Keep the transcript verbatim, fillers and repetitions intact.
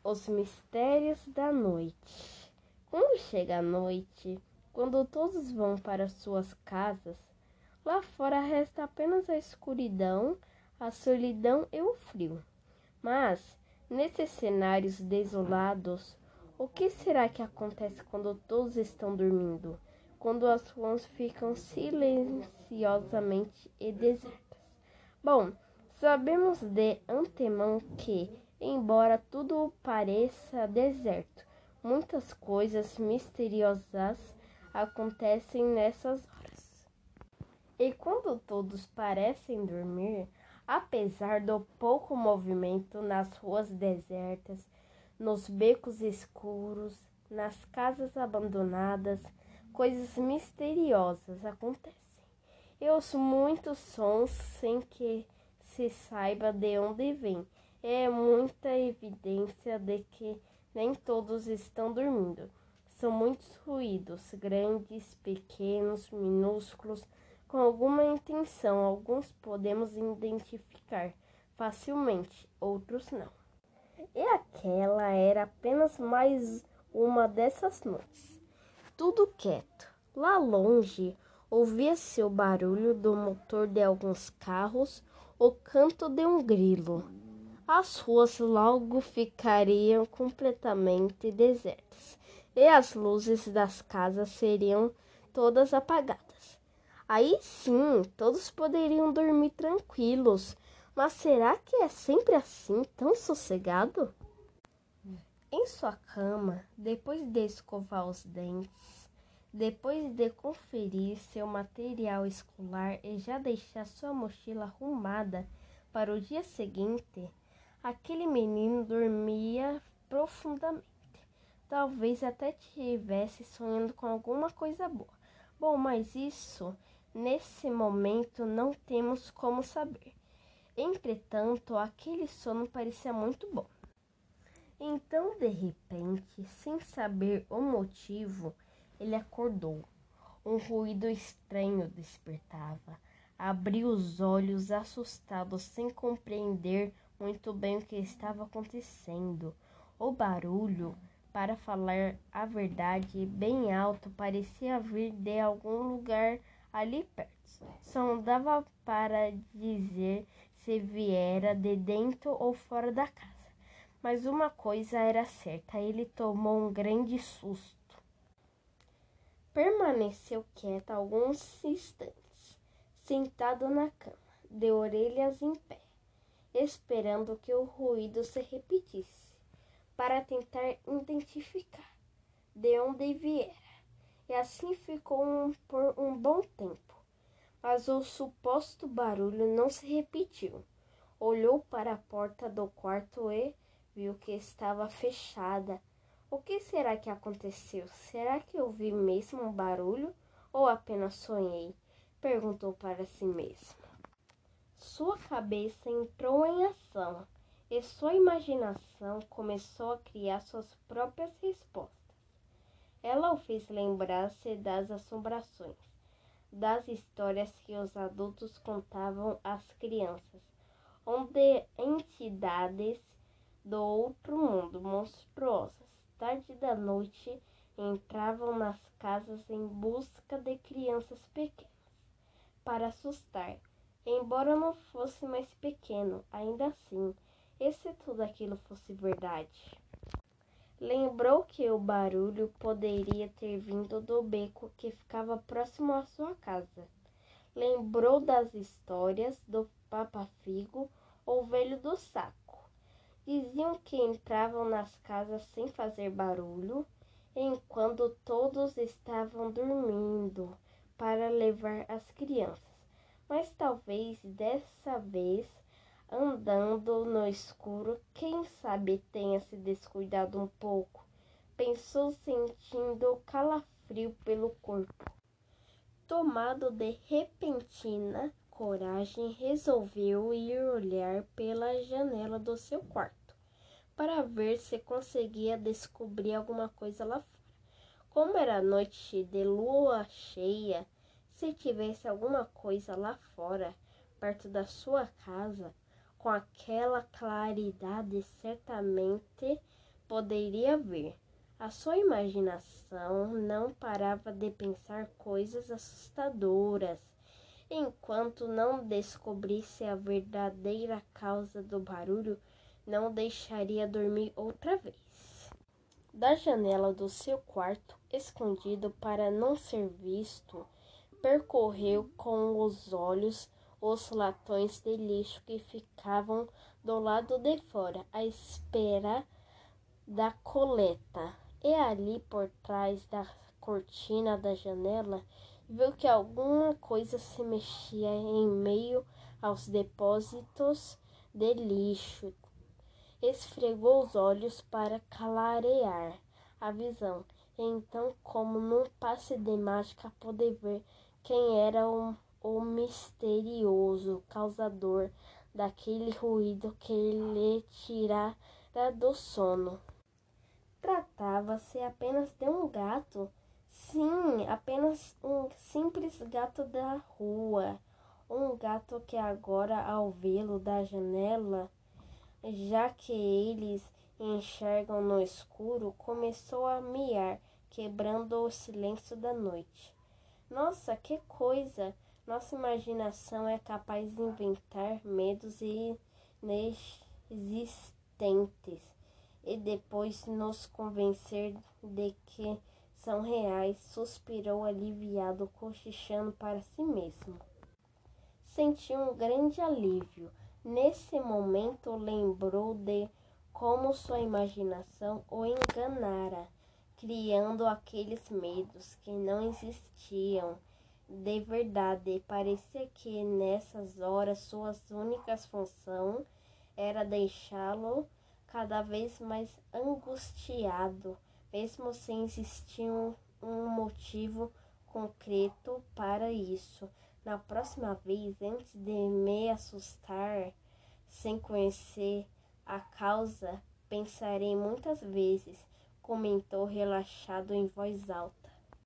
Os mistérios da noite. Quando chega a noite, quando todos vão para suas casas, lá fora resta apenas a escuridão, a solidão e o frio. Mas, nesses cenários desolados, o que será que acontece quando todos estão dormindo? Quando as ruas ficam silenciosamente e desertas? Bom, sabemos de antemão que, embora tudo pareça deserto, muitas coisas misteriosas acontecem nessas horas. E quando todos parecem dormir, apesar do pouco movimento nas ruas desertas, nos becos escuros, nas casas abandonadas, coisas misteriosas acontecem. E os muitos sons sem que se saiba de onde vêm. É muita evidência de que nem todos estão dormindo. São muitos ruídos, grandes, pequenos, minúsculos, com alguma intenção. Alguns podemos identificar facilmente, outros não. E aquela era apenas mais uma dessas noites. Tudo quieto. Lá longe, ouvia-se o barulho do motor de alguns carros, o canto de um grilo. As ruas logo ficariam completamente desertas e as luzes das casas seriam todas apagadas. Aí sim, todos poderiam dormir tranquilos. Mas será que é sempre assim, tão sossegado? Em sua cama, depois de escovar os dentes, depois de conferir seu material escolar e já deixar sua mochila arrumada para o dia seguinte, aquele menino dormia profundamente. Talvez até estivesse sonhando com alguma coisa boa. Bom, mas isso, nesse momento, não temos como saber. Entretanto, aquele sono parecia muito bom. Então, de repente, sem saber o motivo, ele acordou. Um ruído estranho despertava. Abriu os olhos, assustado, sem compreender muito bem o que estava acontecendo. O barulho, para falar a verdade, bem alto, parecia vir de algum lugar ali perto. Só não dava para dizer se viera de dentro ou fora da casa. Mas uma coisa era certa, ele tomou um grande susto. Permaneceu quieto alguns instantes, sentado na cama, de orelhas em pé, esperando que o ruído se repetisse, para tentar identificar de onde viera. E assim ficou um, por um bom tempo. Mas o suposto barulho não se repetiu. Olhou para a porta do quarto e viu que estava fechada. O que será que aconteceu? Será que ouvi mesmo um barulho ou apenas sonhei? Perguntou para si mesmo. Sua cabeça entrou em ação e sua imaginação começou a criar suas próprias respostas. Ela o fez lembrar-se das assombrações, das histórias que os adultos contavam às crianças, onde entidades do outro mundo, monstruosas, tarde da noite, entravam nas casas em busca de crianças pequenas, para assustar. Embora não fosse mais pequeno, ainda assim, e se tudo aquilo fosse verdade? Lembrou que o barulho poderia ter vindo do beco que ficava próximo à sua casa. Lembrou das histórias do Papa-Figo ou Velho do Saco. Diziam que entravam nas casas sem fazer barulho, enquanto todos estavam dormindo, para levar as crianças. Mas talvez dessa vez, andando no escuro, quem sabe tenha se descuidado um pouco, pensou, sentindo calafrio pelo corpo. Tomado de repentina coragem, resolveu ir olhar pela janela do seu quarto, para ver se conseguia descobrir alguma coisa lá fora. Como era noite de lua cheia, se tivesse alguma coisa lá fora, perto da sua casa, com aquela claridade, certamente poderia ver. A sua imaginação não parava de pensar coisas assustadoras, enquanto não descobrisse a verdadeira causa do barulho, não deixaria dormir outra vez. Da janela do seu quarto, escondido para não ser visto, percorreu com os olhos os latões de lixo que ficavam do lado de fora, à espera da coleta. E ali, por trás da cortina da janela, viu que alguma coisa se mexia em meio aos depósitos de lixo. Esfregou os olhos para clarear a visão. Então, como num passe de mágica, pôde ver quem era o, o misterioso causador daquele ruído que lhe tirara do sono. Tratava-se apenas de um gato. Sim, apenas um simples gato da rua. Um gato que agora, ao vê-lo da janela, já que eles enxergam no escuro, começou a miar, quebrando o silêncio da noite. Nossa, que coisa! Nossa imaginação é capaz de inventar medos inexistentes e depois nos convencer de que são reais, suspirou aliviado, cochichando para si mesmo. Sentiu um grande alívio. Nesse momento lembrou de como sua imaginação o enganara, criando aqueles medos que não existiam de verdade. Parecia que nessas horas sua única função era deixá-lo cada vez mais angustiado, mesmo sem existir um, um motivo concreto para isso. Na próxima vez, antes de me assustar, sem conhecer a causa, pensarei muitas vezes, comentou relaxado em voz alta.